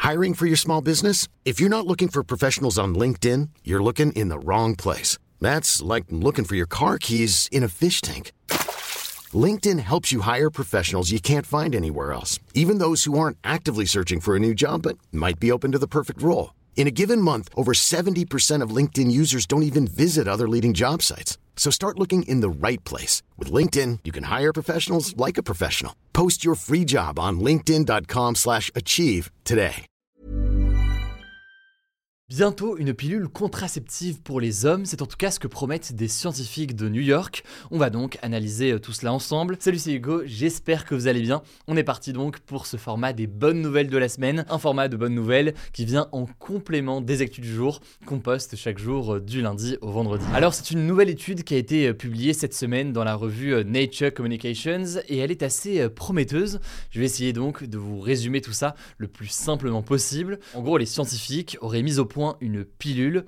Hiring for your small business? If you're not looking for professionals on LinkedIn, you're looking in the wrong place. That's like looking for your car keys in a fish tank. LinkedIn helps you hire professionals you can't find anywhere else, even those who aren't actively searching for a new job but might be open to the perfect role. In a given month, over 70% of LinkedIn users don't even visit other leading job sites. So start looking in the right place. With LinkedIn, you can hire professionals like a professional. Post your free job on linkedin.com/achieve today. Bientôt une pilule contraceptive pour les hommes, c'est en tout cas ce que promettent des scientifiques de New York. On va donc analyser tout cela ensemble. Salut, c'est Hugo, j'espère que vous allez bien. On est parti donc pour ce format des bonnes nouvelles de la semaine, un format de bonnes nouvelles qui vient en complément des actus du jour qu'on poste chaque jour du lundi au vendredi. Alors c'est une nouvelle étude qui a été publiée cette semaine dans la revue Nature Communications et elle est assez prometteuse. Je vais essayer donc de vous résumer tout ça le plus simplement possible. En gros, les scientifiques auraient mis au point une pilule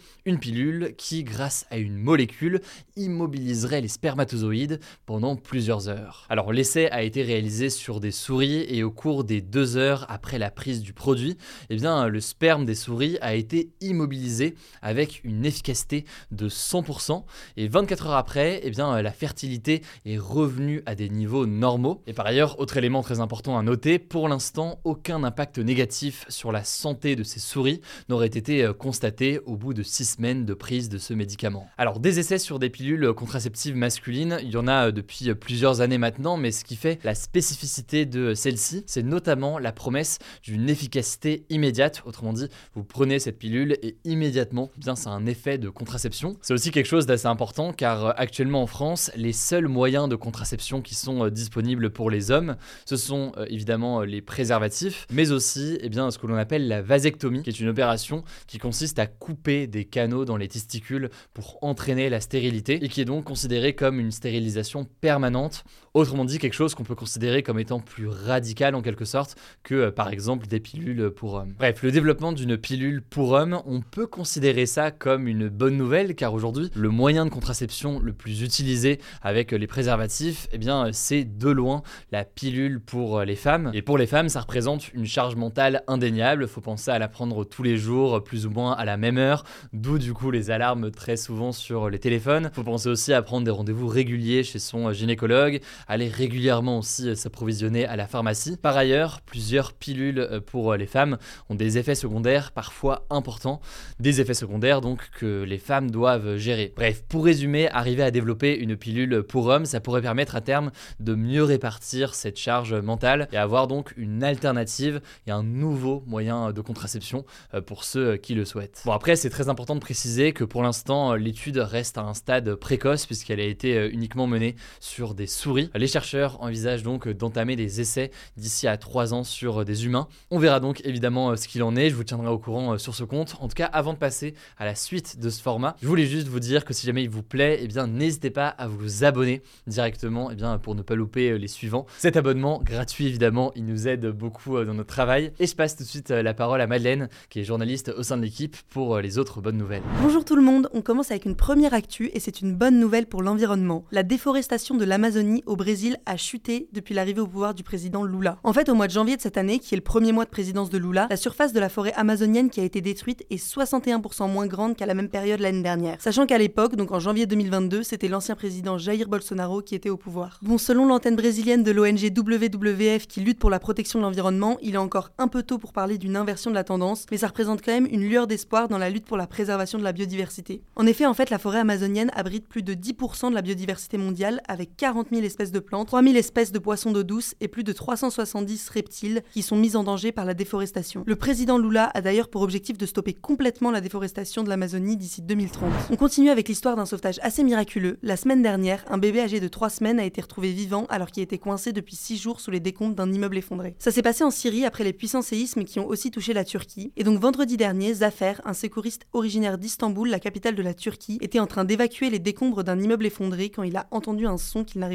qui, grâce à une molécule, immobiliserait les spermatozoïdes pendant plusieurs heures. Alors l'essai a été réalisé sur des souris et au cours des 2 heures après la prise du produit, le sperme des souris a été immobilisé avec une efficacité de 100% et 24 heures après, la fertilité est revenue à des niveaux normaux. Et par ailleurs, autre élément très important à noter, pour l'instant, aucun impact négatif sur la santé de ces souris n'aurait été constaté au bout de 6 semaines de prise de ce médicament. Alors des essais sur des pilules contraceptives masculines, il y en a depuis plusieurs années maintenant, mais ce qui fait la spécificité de celle-ci, c'est notamment la promesse d'une efficacité immédiate. Autrement dit, vous prenez cette pilule et immédiatement, ça a un effet de contraception. C'est aussi quelque chose d'assez important car actuellement en France, les seuls moyens de contraception qui sont disponibles pour les hommes, ce sont évidemment les préservatifs, mais aussi ce que l'on appelle la vasectomie, qui est une opération qui consiste à couper des canaux dans les testicules pour entraîner la stérilité et qui est donc considérée comme une stérilisation permanente. Autrement dit, quelque chose qu'on peut considérer comme étant plus radical en quelque sorte que par exemple des pilules pour hommes. Bref, le développement d'une pilule pour hommes, on peut considérer ça comme une bonne nouvelle car aujourd'hui, le moyen de contraception le plus utilisé avec les préservatifs, c'est de loin la pilule pour les femmes. Et pour les femmes, ça représente une charge mentale indéniable. Faut penser à la prendre tous les jours, plus ou moins à la même heure, d'où du coup les alarmes très souvent sur les téléphones. Faut penser aussi à prendre des rendez-vous réguliers chez son gynécologue, aller régulièrement aussi s'approvisionner à la pharmacie. Par ailleurs, plusieurs pilules pour les femmes ont des effets secondaires parfois importants, des effets secondaires donc que les femmes doivent gérer. Bref, pour résumer, arriver à développer une pilule pour hommes, ça pourrait permettre à terme de mieux répartir cette charge mentale et avoir donc une alternative et un nouveau moyen de contraception pour ceux qui le souhaitent. Bon, après, c'est très important de préciser que pour l'instant, l'étude reste à un stade précoce puisqu'elle a été uniquement menée sur des souris. Les chercheurs envisagent donc d'entamer des essais d'ici à 3 ans sur des humains. On verra donc évidemment ce qu'il en est, je vous tiendrai au courant sur ce compte. En tout cas, avant de passer à la suite de ce format, je voulais juste vous dire que si jamais il vous plaît, n'hésitez pas à vous abonner directement pour ne pas louper les suivants. Cet abonnement gratuit évidemment, il nous aide beaucoup dans notre travail. Et je passe tout de suite la parole à Madeleine, qui est journaliste au sein de l'équipe, pour les autres bonnes nouvelles. Bonjour tout le monde, on commence avec une première actu et c'est une bonne nouvelle pour l'environnement. La déforestation de l'Amazonie au Brésil a chuté depuis l'arrivée au pouvoir du président Lula. En fait, au mois de janvier de cette année, qui est le premier mois de présidence de Lula, la surface de la forêt amazonienne qui a été détruite est 61% moins grande qu'à la même période l'année dernière. Sachant qu'à l'époque, donc en janvier 2022, c'était l'ancien président Jair Bolsonaro qui était au pouvoir. Bon, selon l'antenne brésilienne de l'ONG WWF qui lutte pour la protection de l'environnement, il est encore un peu tôt pour parler d'une inversion de la tendance, mais ça représente quand même une lueur d'espoir dans la lutte pour la préservation de la biodiversité. En effet, la forêt amazonienne abrite plus de 10% de la biodiversité mondiale avec 40 000 espèces de plantes, 3 000 espèces de poissons d'eau douce et plus de 370 reptiles qui sont mis en danger par la déforestation. Le président Lula a d'ailleurs pour objectif de stopper complètement la déforestation de l'Amazonie d'ici 2030. On continue avec l'histoire d'un sauvetage assez miraculeux. La semaine dernière, un bébé âgé de 3 semaines a été retrouvé vivant alors qu'il était coincé depuis 6 jours sous les décombres d'un immeuble effondré. Ça s'est passé en Syrie après les puissants séismes qui ont aussi touché la Turquie. Et donc vendredi dernier, Zafer, un secouriste originaire d'Istanbul, la capitale de la Turquie, était en train d'évacuer les décombres d'un immeuble effondré quand il a entendu un son qu'il n'arrivait pas à identifier.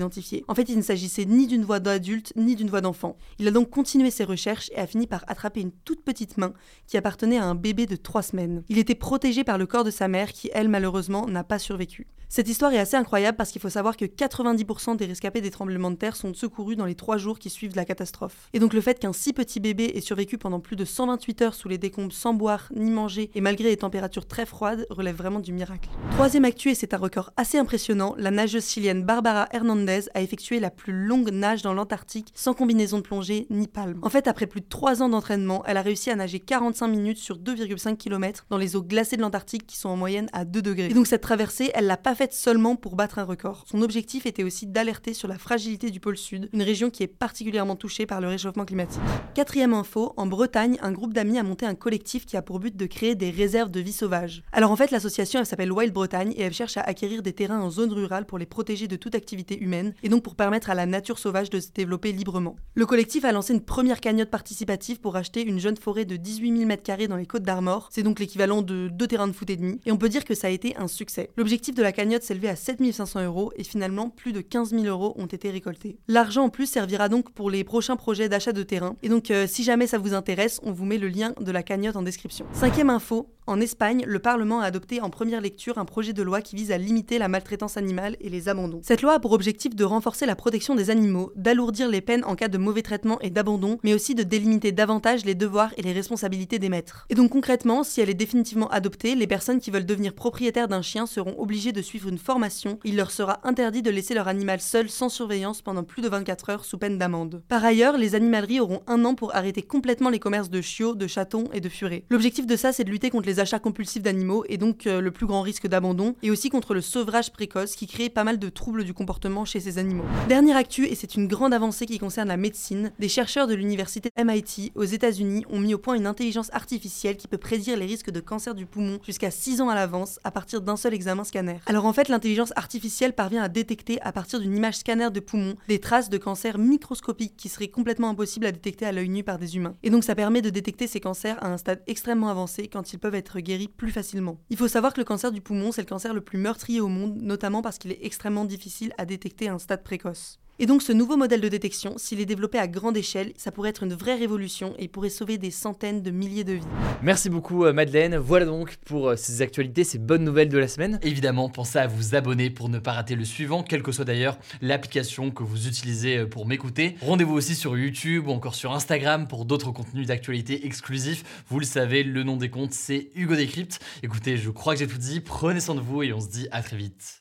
l'identifier. En fait, il ne s'agissait ni d'une voix d'adulte, ni d'une voix d'enfant. Il a donc continué ses recherches et a fini par attraper une toute petite main qui appartenait à un bébé de 3 semaines. Il était protégé par le corps de sa mère qui, elle, malheureusement, n'a pas survécu. Cette histoire est assez incroyable parce qu'il faut savoir que 90% des rescapés des tremblements de terre sont secourus dans les 3 jours qui suivent la catastrophe. Et donc le fait qu'un si petit bébé ait survécu pendant plus de 128 heures sous les décombres sans boire ni manger et malgré les températures très froides relève vraiment du miracle. Troisième actu, et c'est un record assez impressionnant, la nageuse chilienne Bárbara Hernández a effectué la plus longue nage dans l'Antarctique sans combinaison de plongée ni palme. En fait, après plus de 3 ans d'entraînement, elle a réussi à nager 45 minutes sur 2,5 km dans les eaux glacées de l'Antarctique qui sont en moyenne à 2 degrés. Et donc cette traversée, elle l'a pas faite seulement pour battre un record. Son objectif était aussi d'alerter sur la fragilité du pôle Sud, une région qui est particulièrement touchée par le réchauffement climatique. Quatrième info, en Bretagne, un groupe d'amis a monté un collectif qui a pour but de créer des réserves de vie sauvage. Alors en fait, l'association elle s'appelle Wild Bretagne et elle cherche à acquérir des terrains en zone rurale pour les protéger de toute activité humaine et donc pour permettre à la nature sauvage de se développer librement. Le collectif a lancé une première cagnotte participative pour acheter une jeune forêt de 18 000 m² dans les Côtes d'Armor, c'est donc l'équivalent de 2 terrains de foot et demi, et on peut dire que ça a été un succès. L'objectif de la cagnotte s'élevait à 7 500 € et finalement plus de 15 000 € ont été récoltés. L'argent en plus servira donc pour les prochains projets d'achat de terrain et donc si jamais ça vous intéresse, on vous met le lien de la cagnotte en description. Cinquième info, en Espagne, le Parlement a adopté en première lecture un projet de loi qui vise à limiter la maltraitance animale et les abandons. Cette loi a pour objectif de renforcer la protection des animaux, d'alourdir les peines en cas de mauvais traitement et d'abandon, mais aussi de délimiter davantage les devoirs et les responsabilités des maîtres. Et donc concrètement, si elle est définitivement adoptée, les personnes qui veulent devenir propriétaires d'un chien seront obligées de suivre une formation. Il leur sera interdit de laisser leur animal seul sans surveillance pendant plus de 24 heures sous peine d'amende. Par ailleurs, les animaleries auront 1 an pour arrêter complètement les commerces de chiots, de chatons et de furets. L'objectif de ça, c'est de lutter contre les achats compulsifs d'animaux et donc le plus grand risque d'abandon, et aussi contre le sevrage précoce qui crée pas mal de troubles du comportement chez ces animaux. Dernière actu, et c'est une grande avancée qui concerne la médecine, des chercheurs de l'université MIT aux États-Unis ont mis au point une intelligence artificielle qui peut prédire les risques de cancer du poumon jusqu'à 6 ans à l'avance à partir d'un seul examen scanner. Alors en fait, l'intelligence artificielle parvient à détecter à partir d'une image scanner de poumon des traces de cancer microscopiques qui seraient complètement impossibles à détecter à l'œil nu par des humains. Et donc ça permet de détecter ces cancers à un stade extrêmement avancé quand ils peuvent être guéris plus facilement. Il faut savoir que le cancer du poumon, c'est le cancer le plus meurtrier au monde, notamment parce qu'il est extrêmement difficile à détecter à un stade précoce. Et donc ce nouveau modèle de détection, s'il est développé à grande échelle, ça pourrait être une vraie révolution et il pourrait sauver des centaines de milliers de vies. Merci beaucoup Madeleine, voilà donc pour ces actualités, ces bonnes nouvelles de la semaine. Évidemment, pensez à vous abonner pour ne pas rater le suivant, quelle que soit d'ailleurs l'application que vous utilisez pour m'écouter. Rendez-vous aussi sur YouTube ou encore sur Instagram pour d'autres contenus d'actualité exclusifs. Vous le savez, le nom des comptes c'est Hugo Décrypte. Écoutez, je crois que j'ai tout dit, prenez soin de vous et on se dit à très vite.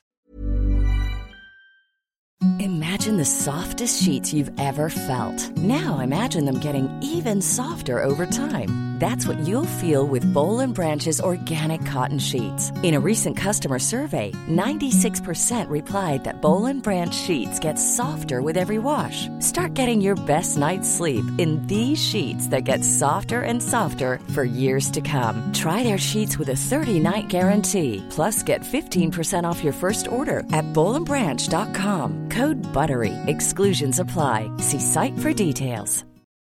Imagine the softest sheets you've ever felt. Now imagine them getting even softer over time. That's what you'll feel with Boll & Branch's organic cotton sheets. In a recent customer survey, 96% replied that Boll & Branch sheets get softer with every wash. Start getting your best night's sleep in these sheets that get softer and softer for years to come. Try their sheets with a 30-night guarantee. Plus, get 15% off your first order at bollandbranch.com. Code BUTTERY. Exclusions apply. See site for details.